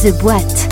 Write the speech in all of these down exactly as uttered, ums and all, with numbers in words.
The Boîte.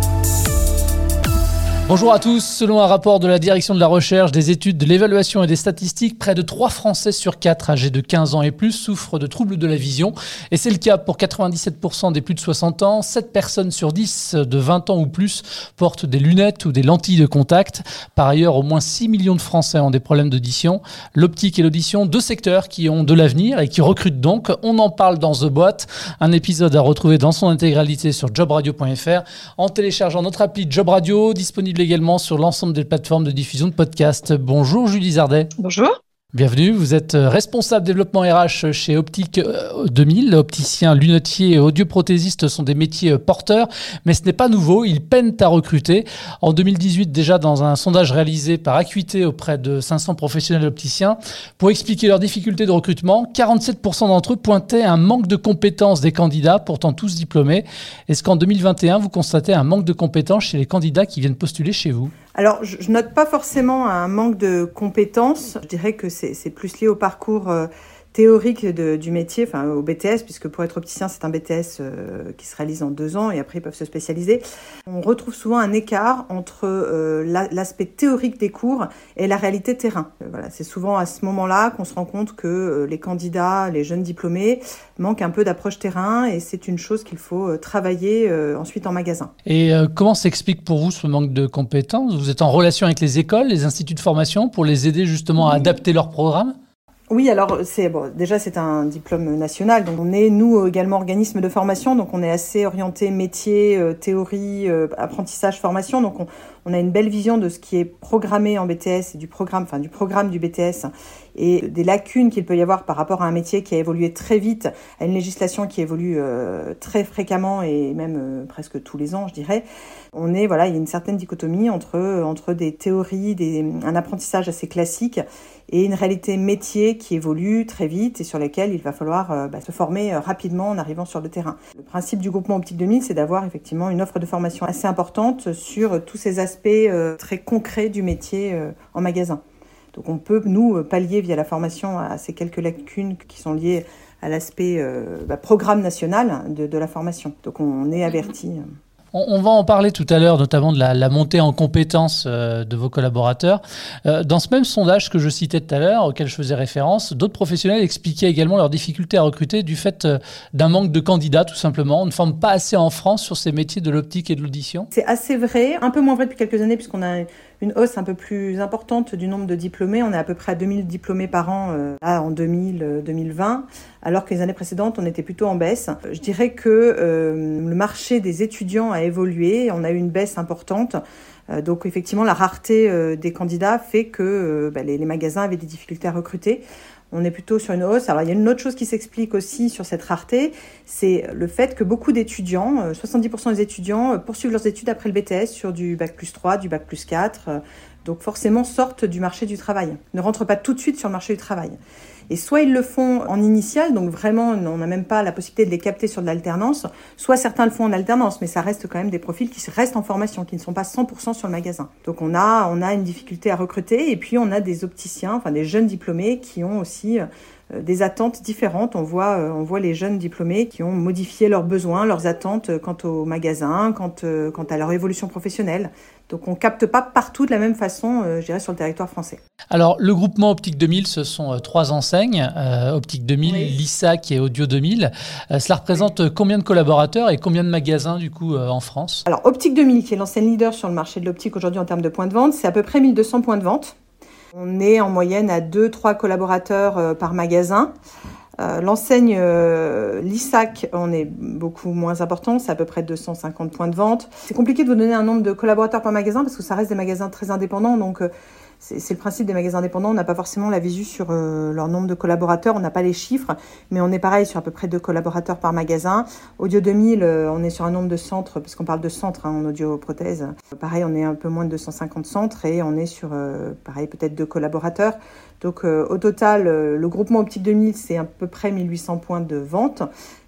Bonjour à tous. Selon un rapport de la Direction de la Recherche, des études, de l'évaluation et des statistiques, près de trois Français sur quatre âgés de quinze ans et plus souffrent de troubles de la vision. Et c'est le cas pour quatre-vingt-dix-sept pour cent des plus de soixante ans. sept personnes sur dix de vingt ans ou plus portent des lunettes ou des lentilles de contact. Par ailleurs, au moins six millions de Français ont des problèmes d'audition. L'optique et l'audition, deux secteurs qui ont de l'avenir et qui recrutent donc. On en parle dans The Boîte. Un épisode à retrouver dans son intégralité sur job radio point f r en téléchargeant notre appli Job Radio, disponible également sur l'ensemble des plateformes de diffusion de podcasts. Bonjour Julie Zardet. Bonjour. Bienvenue, vous êtes responsable développement R H chez Optique deux mille. Opticien, lunetier et audioprothésiste sont des métiers porteurs, mais ce n'est pas nouveau, ils peinent à recruter. En deux mille dix-huit, déjà dans un sondage réalisé par Acuité auprès de cinq cents professionnels opticiens, pour expliquer leurs difficultés de recrutement, quarante-sept pour cent d'entre eux pointaient un manque de compétences des candidats, pourtant tous diplômés. Est-ce qu'en deux mille vingt et un, vous constatez un manque de compétences chez les candidats qui viennent postuler chez vous ? Alors, je note pas forcément un manque de compétences. Je dirais que c'est, c'est plus lié au parcours euh, théorique de, du métier, enfin au B T S, puisque pour être opticien, c'est un B T S euh, qui se réalise en deux ans et après ils peuvent se spécialiser. On retrouve souvent un écart entre euh, la, l'aspect théorique des cours et la réalité terrain. Euh, voilà, c'est souvent à ce moment-là qu'on se rend compte que euh, les candidats, les jeunes diplômés, manquent un peu d'approche terrain et c'est une chose qu'il faut euh, travailler euh, ensuite en magasin. Et euh, comment s'explique pour vous ce manque de compétences ? Vous êtes en relation avec les écoles, les instituts de formation pour les aider justement à adapter leur programme ? Oui, alors c'est bon. Déjà, c'est un diplôme national, donc on est nous également organisme de formation, donc on est assez orienté métier, euh, théorie, euh, apprentissage, formation. Donc on, on a une belle vision de ce qui est programmé en B T S et du programme, enfin du programme du B T S et des lacunes qu'il peut y avoir par rapport à un métier qui a évolué très vite, à une législation qui évolue euh, très fréquemment et même euh, presque tous les ans, je dirais. On est voilà, il y a une certaine dichotomie entre entre des théories, des, un apprentissage assez classique et une réalité métier qui évolue très vite et sur lesquelles il va falloir euh, bah, se former euh, rapidement en arrivant sur le terrain. Le principe du groupement Optique deux mille, c'est d'avoir effectivement une offre de formation assez importante sur euh, tous ces aspects euh, très concrets du métier euh, en magasin. Donc on peut, nous, pallier via la formation à ces quelques lacunes qui sont liées à l'aspect euh, bah, programme national de, de la formation. Donc on est avertis. On, on va en parler tout à l'heure, notamment de la, la montée en compétences euh, de vos collaborateurs. Euh, dans ce même sondage que je citais tout à l'heure, auquel je faisais référence, d'autres professionnels expliquaient également leurs difficultés à recruter du fait euh, d'un manque de candidats, tout simplement. On ne forme pas assez en France sur ces métiers de l'optique et de l'audition. C'est assez vrai, un peu moins vrai depuis quelques années, puisqu'on a une hausse un peu plus importante du nombre de diplômés. On est à peu près à deux mille diplômés par an euh, là, en deux mille, deux mille vingt, alors que les années précédentes, on était plutôt en baisse. Je dirais que euh, le marché des étudiants a évolué. On a eu une baisse importante. Euh, donc effectivement, la rareté euh, des candidats fait que euh, bah, les, les magasins avaient des difficultés à recruter. On est plutôt sur une hausse. Alors, il y a une autre chose qui s'explique aussi sur cette rareté, c'est le fait que beaucoup d'étudiants, soixante-dix pour cent des étudiants, poursuivent leurs études après le B T S sur du bac plus trois, du bac plus quatre, donc forcément sortent du marché du travail, ne rentrent pas tout de suite sur le marché du travail. Et soit ils le font en initial, donc vraiment on n'a même pas la possibilité de les capter sur de l'alternance, soit certains le font en alternance, mais ça reste quand même des profils qui restent en formation, qui ne sont pas cent pour cent sur le magasin. Donc on a, on a une difficulté à recruter et puis on a des opticiens, enfin des jeunes diplômés qui ont aussi euh, des attentes différentes. On voit, euh, on voit les jeunes diplômés qui ont modifié leurs besoins, leurs attentes quant au magasin, quant, euh, quant à leur évolution professionnelle. Donc on ne capte pas partout de la même façon, euh, je dirais, sur le territoire français. Alors, le groupement Optique deux mille, ce sont euh, trois enseignes, euh, Optique deux mille, oui. Lissac et Audio deux mille. Euh, cela représente oui. combien de collaborateurs et combien de magasins, du coup, euh, en France ? Alors, Optique deux mille, qui est l'enseigne leader sur le marché de l'optique aujourd'hui en termes de points de vente, c'est à peu près mille deux cents points de vente. On est en moyenne à deux trois collaborateurs euh, par magasin. Euh, l'enseigne euh, Lissac, on est beaucoup moins important, c'est à peu près deux cent cinquante points de vente. C'est compliqué de vous donner un nombre de collaborateurs par magasin parce que ça reste des magasins très indépendants, donc euh, c'est, c'est le principe des magasins indépendants, on n'a pas forcément la visu sur euh, leur nombre de collaborateurs, on n'a pas les chiffres, mais on est pareil sur à peu près deux collaborateurs par magasin. Audio deux mille, euh, on est sur un nombre de centres, parce qu'on parle de centres hein, en audioprothèse. Pareil, on est un peu moins de deux cent cinquante centres et on est sur, euh, pareil, peut-être deux collaborateurs. Donc euh, au total, euh, le groupement Optique deux mille, c'est à peu près mille huit cents points de vente.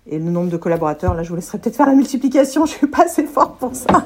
Et le nombre de collaborateurs, là, je vous laisserai peut-être faire la multiplication, je ne suis pas assez forte pour ça.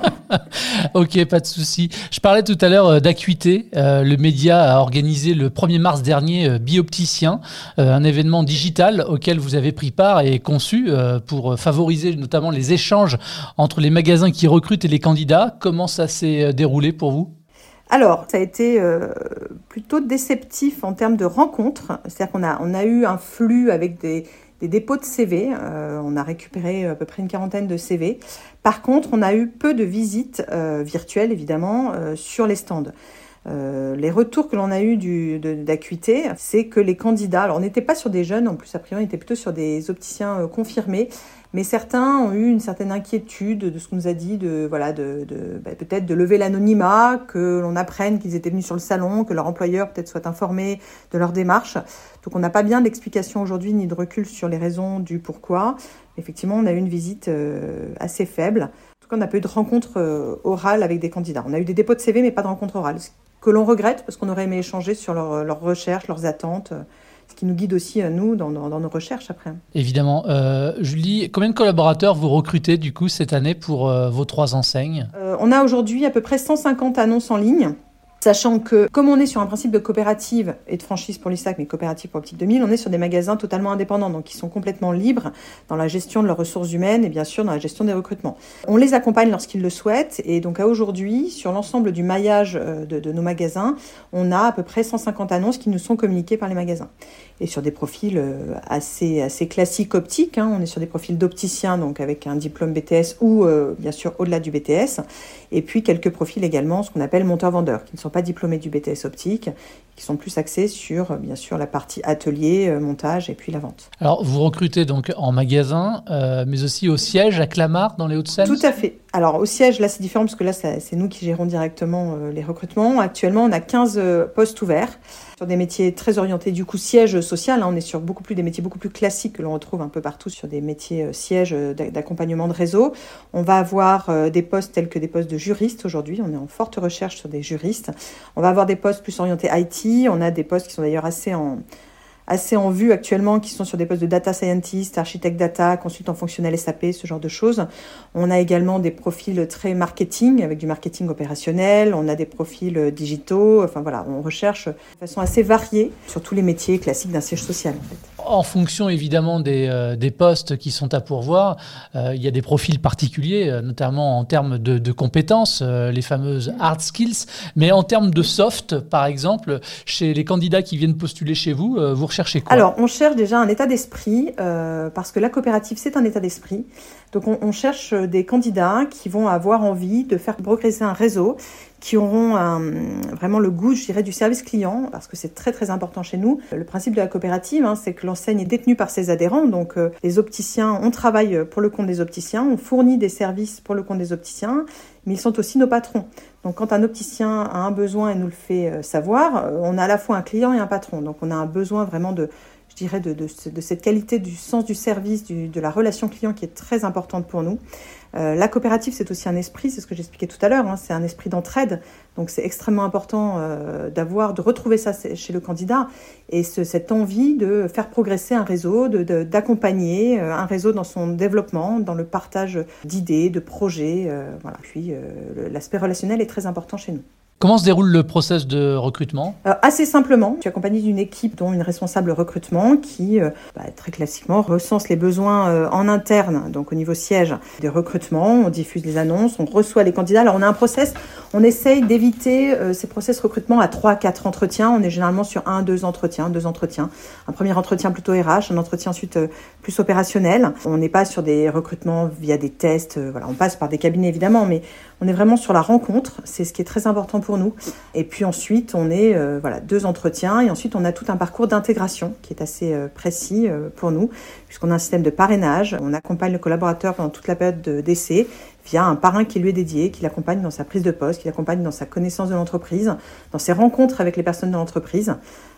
Ok, pas de souci. Je parlais tout à l'heure d'Acuité. Euh, le média a organisé le premier mars dernier euh, Biopticien, euh, un événement digital auquel vous avez pris part et conçu euh, pour favoriser notamment les échanges entre les magasins qui recrutent et les candidats. Comment ça s'est déroulé pour vous ? Alors, ça a été euh, plutôt déceptif en termes de rencontres. C'est-à-dire qu'on a, on a eu un flux avec des... des dépôts de C V, euh, on a récupéré à peu près une quarantaine de C V. Par contre, on a eu peu de visites euh, virtuelles, évidemment, euh, sur les stands. Euh, les retours que l'on a eus du, de, d'Acuité, c'est que les candidats, alors on n'était pas sur des jeunes, en plus a priori on était plutôt sur des opticiens euh, confirmés, mais certains ont eu une certaine inquiétude de ce qu'on nous a dit, de, voilà, de, de, bah, peut-être de lever l'anonymat, que l'on apprenne qu'ils étaient venus sur le salon, que leur employeur peut-être soit informé de leur démarche. Donc on n'a pas bien d'explication aujourd'hui ni de recul sur les raisons du pourquoi. Effectivement, on a eu une visite euh, assez faible. En tout cas, on n'a pas eu de rencontre euh, orale avec des candidats. On a eu des dépôts de C V, mais pas de rencontre orale. Ce que l'on regrette, parce qu'on aurait aimé échanger sur leurs leur recherches, leurs attentes, euh, ce qui nous guide aussi, euh, nous, dans, dans, dans nos recherches après. Évidemment. Euh, Julie, combien de collaborateurs vous recrutez, du coup, cette année pour euh, vos trois enseignes ? euh, On a aujourd'hui à peu près cent cinquante annonces en ligne. Sachant que, comme on est sur un principe de coopérative et de franchise pour l'I S A C, mais coopérative pour Optique deux mille, on est sur des magasins totalement indépendants, donc qui sont complètement libres dans la gestion de leurs ressources humaines et bien sûr dans la gestion des recrutements. On les accompagne lorsqu'ils le souhaitent, et donc à aujourd'hui, sur l'ensemble du maillage de, de nos magasins, on a à peu près cent cinquante annonces qui nous sont communiquées par les magasins. Et sur des profils assez, assez classiques optiques, hein, on est sur des profils d'opticiens, donc avec un diplôme B T S ou euh, bien sûr au-delà du B T S, et puis quelques profils également, ce qu'on appelle monteurs-vendeurs, qui ne sont pas diplômés du B T S optique, qui sont plus axés sur, bien sûr, la partie atelier, montage et puis la vente. Alors, vous recrutez donc en magasin, euh, mais aussi au siège à Clamart, dans les Hauts-de-Seine ? Tout à fait. Alors, au siège, là, c'est différent parce que là, ça, c'est nous qui gérons directement euh, les recrutements. Actuellement, on a quinze euh, postes ouverts sur des métiers très orientés, du coup, siège social. Hein, on est sur beaucoup plus des métiers beaucoup plus classiques que l'on retrouve un peu partout sur des métiers euh, sièges euh, d'accompagnement de réseau. On va avoir euh, des postes tels que des postes de juristes aujourd'hui. On est en forte recherche sur des juristes. On va avoir des postes plus orientés I T. On a des postes qui sont d'ailleurs assez en... assez en vue actuellement, qui sont sur des postes de data scientist, architecte data, consultant fonctionnel S A P, ce genre de choses. On a également des profils très marketing, avec du marketing opérationnel. On a des profils digitaux. Enfin voilà, on recherche de façon assez variée sur tous les métiers classiques d'un siège social, en fait. En fonction évidemment des, euh, des postes qui sont à pourvoir, euh, il y a des profils particuliers, euh, notamment en termes de, de compétences, euh, les fameuses hard skills. Mais en termes de soft, par exemple, chez les candidats qui viennent postuler chez vous, euh, vous recherchez quoi ? Alors, on cherche déjà un état d'esprit, euh, parce que la coopérative, c'est un état d'esprit. Donc, on, on cherche des candidats qui vont avoir envie de faire progresser un réseau, qui auront un, vraiment le goût, je dirais, du service client, parce que c'est très très important chez nous. Le principe de la coopérative, hein, c'est que l'enseigne est détenue par ses adhérents, donc euh, les opticiens, on travaille pour le compte des opticiens, on fournit des services pour le compte des opticiens, mais ils sont aussi nos patrons. Donc quand un opticien a un besoin et nous le fait euh, savoir, euh, on a à la fois un client et un patron, donc on a un besoin vraiment de... je dirais, de, de, de cette qualité du sens du service, du, de la relation client qui est très importante pour nous. Euh, la coopérative, c'est aussi un esprit, c'est ce que j'expliquais tout à l'heure, hein, c'est un esprit d'entraide. Donc c'est extrêmement important euh, d'avoir, de retrouver ça chez le candidat et ce, cette envie de faire progresser un réseau, de, de, d'accompagner euh, un réseau dans son développement, dans le partage d'idées, de projets. Euh, voilà. Puis euh, l'aspect relationnel est très important chez nous. Comment se déroule le process de recrutement ? euh, Assez simplement, je suis accompagnée d'une équipe dont une responsable recrutement qui, euh, bah, très classiquement, recense les besoins euh, en interne, donc au niveau siège des recrutements, on diffuse les annonces, on reçoit les candidats. Alors on a un process, on essaye d'éviter euh, ces process recrutement à trois à quatre entretiens, on est généralement sur un, deux entretiens, deux entretiens. Un premier entretien plutôt R H, un entretien ensuite euh, plus opérationnel. On n'est pas sur des recrutements via des tests, euh, voilà, on passe par des cabinets évidemment, mais on est vraiment sur la rencontre, c'est ce qui est très important pour nous. Et puis ensuite, on est euh, voilà, deux entretiens et ensuite on a tout un parcours d'intégration qui est assez euh, précis euh, pour nous, puisqu'on a un système de parrainage. On accompagne le collaborateur pendant toute la période de, d'essai via un parrain qui lui est dédié, qui l'accompagne dans sa prise de poste, qui l'accompagne dans sa connaissance de l'entreprise, dans ses rencontres avec les personnes de l'entreprise.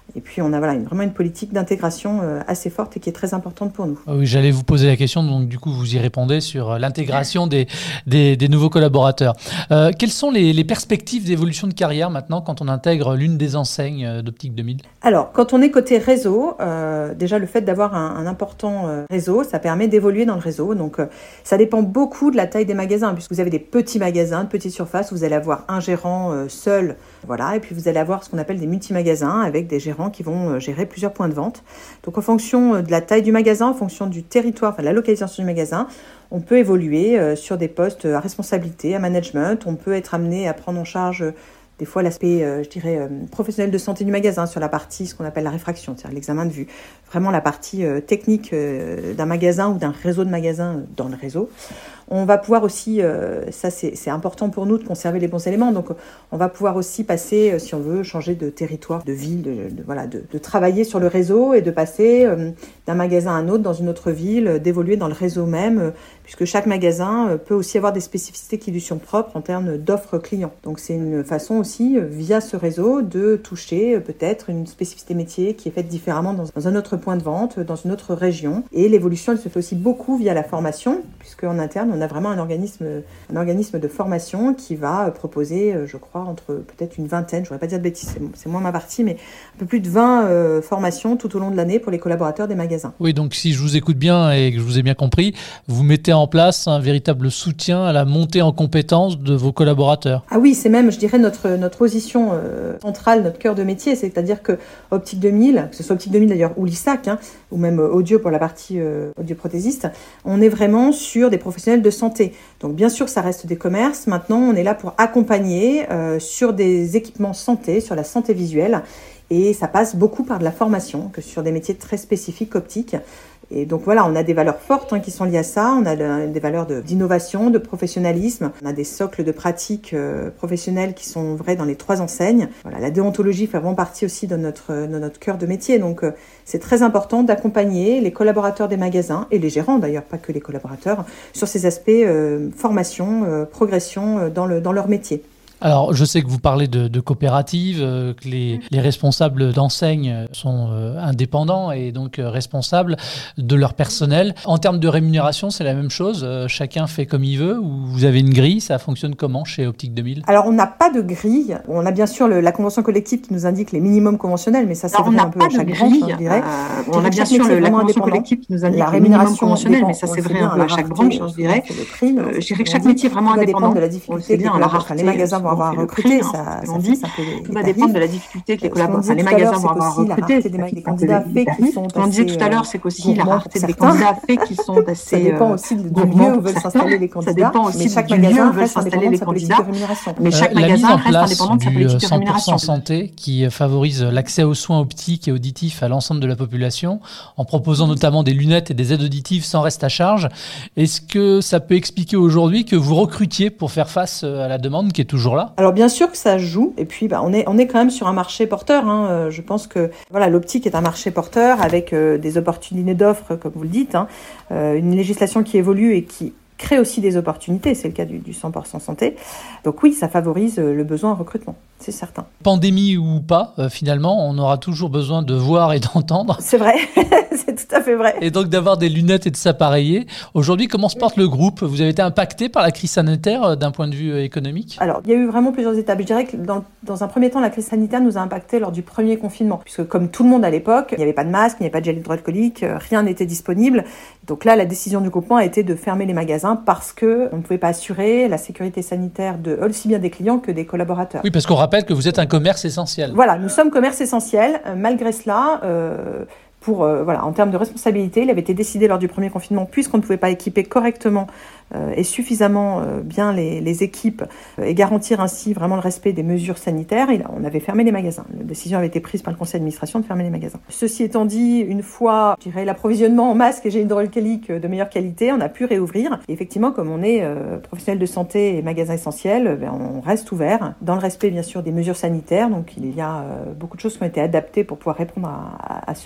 Et puis on a voilà, une, vraiment une politique d'intégration euh, assez forte et qui est très importante pour nous. Oui, j'allais vous poser la question, donc du coup vous y répondez sur l'intégration des, des, des nouveaux collaborateurs. Euh, quelles sont les, les perspectives d'évolution de carrière maintenant quand on intègre l'une des enseignes d'Optique deux mille ? Alors, quand on est côté réseau, euh, déjà le fait d'avoir un, un important euh, réseau, ça permet d'évoluer dans le réseau. Donc, euh, ça dépend beaucoup de la taille des magasins, puisque vous avez des petits magasins, de petites surfaces, vous allez avoir un gérant euh, seul, voilà, et puis vous allez avoir ce qu'on appelle des multi-magasins avec des gérants qui vont euh, gérer plusieurs points de vente. Donc, en fonction de la taille du magasin, en fonction du territoire, enfin de la localisation du magasin, on peut évoluer euh, sur des postes à responsabilité, à management. On peut être amené à prendre en charge euh, des fois l'aspect, euh, je dirais, euh, professionnel de santé du magasin sur la partie, ce qu'on appelle la réfraction, c'est-à-dire l'examen de vue. Vraiment la partie euh, technique euh, d'un magasin ou d'un réseau de magasins dans le réseau. On va pouvoir aussi, euh, ça c'est, c'est important pour nous de conserver les bons éléments, donc on va pouvoir aussi passer, euh, si on veut, changer de territoire, de ville, de, de, voilà, de, de travailler sur le réseau et de passer euh, d'un magasin à un autre dans une autre ville, euh, d'évoluer dans le réseau même, euh, puisque chaque magasin euh, peut aussi avoir des spécificités qui lui sont propres en termes d'offres clients. Donc c'est une façon aussi, euh, via ce réseau, de toucher euh, peut-être une spécificité métier qui est faite différemment dans, dans un autre point de vente, dans une autre région. Et l'évolution, elle se fait aussi beaucoup via la formation, puisque en interne, on a vraiment un organisme, un organisme de formation qui va proposer, je crois, entre peut-être une vingtaine, je ne voudrais pas dire de bêtises, c'est, c'est moins ma partie, mais un peu plus de vingt euh, formations tout au long de l'année pour les collaborateurs des magasins. Oui, donc si je vous écoute bien et que je vous ai bien compris, vous mettez en place un véritable soutien à la montée en compétences de vos collaborateurs. Ah oui, c'est même, je dirais, notre, notre position euh, centrale, notre cœur de métier, c'est-à-dire que Optique deux mille, que ce soit Optique deux mille d'ailleurs ou l'I S A C, hein, ou même Audio pour la partie euh, audioprothésiste, on est vraiment sur des professionnels de santé. Donc bien sûr, ça reste des commerces. Maintenant, on est là pour accompagner euh, sur des équipements santé, sur la santé visuelle. Et ça passe beaucoup par de la formation, que sur des métiers très spécifiques optiques. Et donc voilà, on a des valeurs fortes hein, qui sont liées à ça. On a de, des valeurs de, d'innovation, de professionnalisme. On a des socles de pratiques euh, professionnelles qui sont vrais dans les trois enseignes. Voilà, la déontologie fait vraiment partie aussi de notre, de notre cœur de métier. Donc euh, c'est très important d'accompagner les collaborateurs des magasins et les gérants d'ailleurs, pas que les collaborateurs, sur ces aspects euh, formation, euh, progression euh, dans, le, dans leur métier. Alors, je sais que vous parlez de, de coopératives, euh, que les, les responsables d'enseignes sont euh, indépendants et donc euh, responsables de leur personnel. En termes de rémunération, c'est la même chose. Euh, chacun fait comme il veut ou vous avez une grille? Ça fonctionne comment chez Optique deux mille? Alors, on n'a pas de grille. On a bien sûr le, la convention collective qui nous indique les minimums conventionnels, mais ça, c'est vrai un peu à chaque branche, je dirais. Euh, on a bien sûr le, la convention collective qui nous indique la rémunération conventionnelle, mais ça, c'est vrai un peu à chaque branche, je dirais. Euh, je dirais que chaque métier est vraiment indépendant. De la difficulté bien, la rareté, les magasins vont avoir recruté. Ça, ça, dit, tout va dépendre de la difficulté que les collaborateurs, les magasins vont avoir recruté. Les candidats faits qui sont assez. On disait tout à l'heure, c'est qu'aussi la rareté des candidats faits qui sont assez. Ça dépend aussi du lieu où veulent s'installer les candidats. Ça dépend aussi du lieu où veulent s'installer les candidats. Mais chaque magasin reste indépendant de sa politique de rémunération. La mise en place du cent pour cent santé qui favorise l'accès aux soins optiques et auditifs à l'ensemble de la population, en proposant notamment des lunettes et des aides auditives sans reste à charge. Est-ce que ça peut expliquer aujourd'hui que vous recrutiez pour faire face à la demande qui est toujours là? Alors bien sûr que ça joue. Et puis, bah, on est, on est quand même sur un marché porteur. Hein. Je pense que voilà, l'optique est un marché porteur avec euh, des opportunités d'offres, comme vous le dites, hein. euh, une législation qui évolue et qui crée aussi des opportunités. C'est le cas du, du cent pour cent santé. Donc oui, ça favorise le besoin en recrutement, c'est certain. Pandémie ou pas, euh, finalement, on aura toujours besoin de voir et d'entendre. C'est vrai, c'est tout à fait vrai. Et donc d'avoir des lunettes et de s'appareiller. Aujourd'hui, comment se porte le groupe? Vous avez été impacté par la crise sanitaire euh, d'un point de vue euh, économique? Alors, il y a eu vraiment plusieurs étapes. Je dirais que dans, dans un premier temps, la crise sanitaire nous a impacté lors du premier confinement. Puisque comme tout le monde à l'époque, il n'y avait pas de masque, il n'y avait pas de gel hydroalcoolique, euh, rien n'était disponible. Donc là, la décision du groupement a été de fermer les magasins parce qu'on ne pouvait pas assurer la sécurité sanitaire de aussi bien des clients que des collaborateurs. Oui, parce qu'on rappelle que vous êtes un commerce essentiel. Voilà, nous sommes commerce essentiel. Euh, malgré cela, euh, pour, euh, voilà, en termes de responsabilité, il avait été décidé lors du premier confinement, puisqu'on ne pouvait pas équiper correctement euh, et suffisamment euh, bien les, les équipes euh, et garantir ainsi vraiment le respect des mesures sanitaires, il, on avait fermé les magasins. La décision avait été prise par le conseil d'administration de fermer les magasins. Ceci étant dit, une fois, je dirais, l'approvisionnement en masques et gel hydroalcoolique de meilleure qualité, on a pu réouvrir. Et effectivement, comme on est euh, professionnel de santé et magasin essentiel, ben, on reste ouvert dans le respect bien sûr des mesures sanitaires. Donc il y a euh, beaucoup de choses qui ont été adaptées pour pouvoir répondre à, à, à ce besoin-là.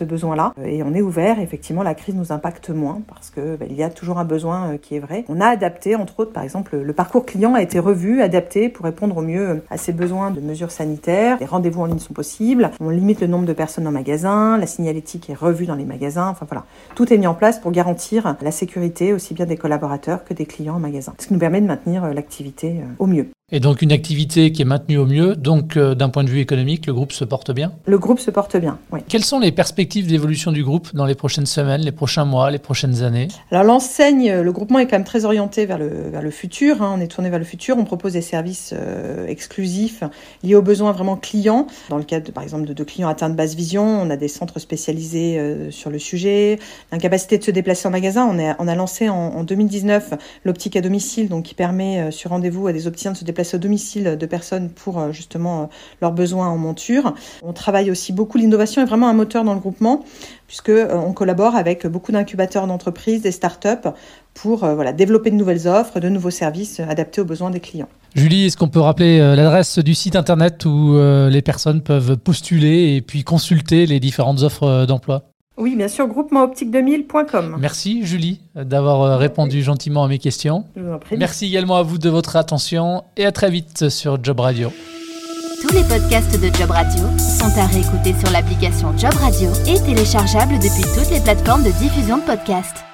là. Et on est ouvert. Effectivement, la crise nous impacte moins parce que bah, il y a toujours un besoin qui est vrai. On a adapté, entre autres, par exemple, le parcours client a été revu, adapté pour répondre au mieux à ses besoins de mesures sanitaires. Les rendez-vous en ligne sont possibles. On limite le nombre de personnes en magasin. La signalétique est revue dans les magasins. Enfin voilà, tout est mis en place pour garantir la sécurité aussi bien des collaborateurs que des clients en magasin. Ce qui nous permet de maintenir l'activité au mieux. Et donc une activité qui est maintenue au mieux, donc euh, d'un point de vue économique, le groupe se porte bien ? Le groupe se porte bien, oui. Quelles sont les perspectives d'évolution du groupe dans les prochaines semaines, les prochains mois, les prochaines années ? Alors l'enseigne, le groupement est quand même très orienté vers le, vers le futur, hein. On est tourné vers le futur, on propose des services euh, exclusifs liés aux besoins vraiment clients. Dans le cadre, de, par exemple, de, de clients atteints de basse vision, on a des centres spécialisés euh, sur le sujet, l'incapacité de se déplacer en magasin. On, est, on a lancé en, en deux mille dix-neuf l'optique à domicile, donc qui permet euh, sur rendez-vous à des opticiens de se déplacer au domicile de personnes pour justement leurs besoins en monture. On travaille aussi beaucoup, l'innovation est vraiment un moteur dans le groupement puisqu'on collabore avec beaucoup d'incubateurs d'entreprises, des startups pour euh, voilà, développer de nouvelles offres, de nouveaux services adaptés aux besoins des clients. Julie, est-ce qu'on peut rappeler euh, l'adresse du site internet où euh, les personnes peuvent postuler et puis consulter les différentes offres euh, d'emploi ? Oui, bien sûr, groupement optique deux mille point com. Merci Julie d'avoir répondu gentiment à mes questions. Je vous en prie. Merci également à vous de votre attention et à très vite sur Job Radio. Tous les podcasts de Job Radio sont à réécouter sur l'application Job Radio et téléchargeables depuis toutes les plateformes de diffusion de podcasts.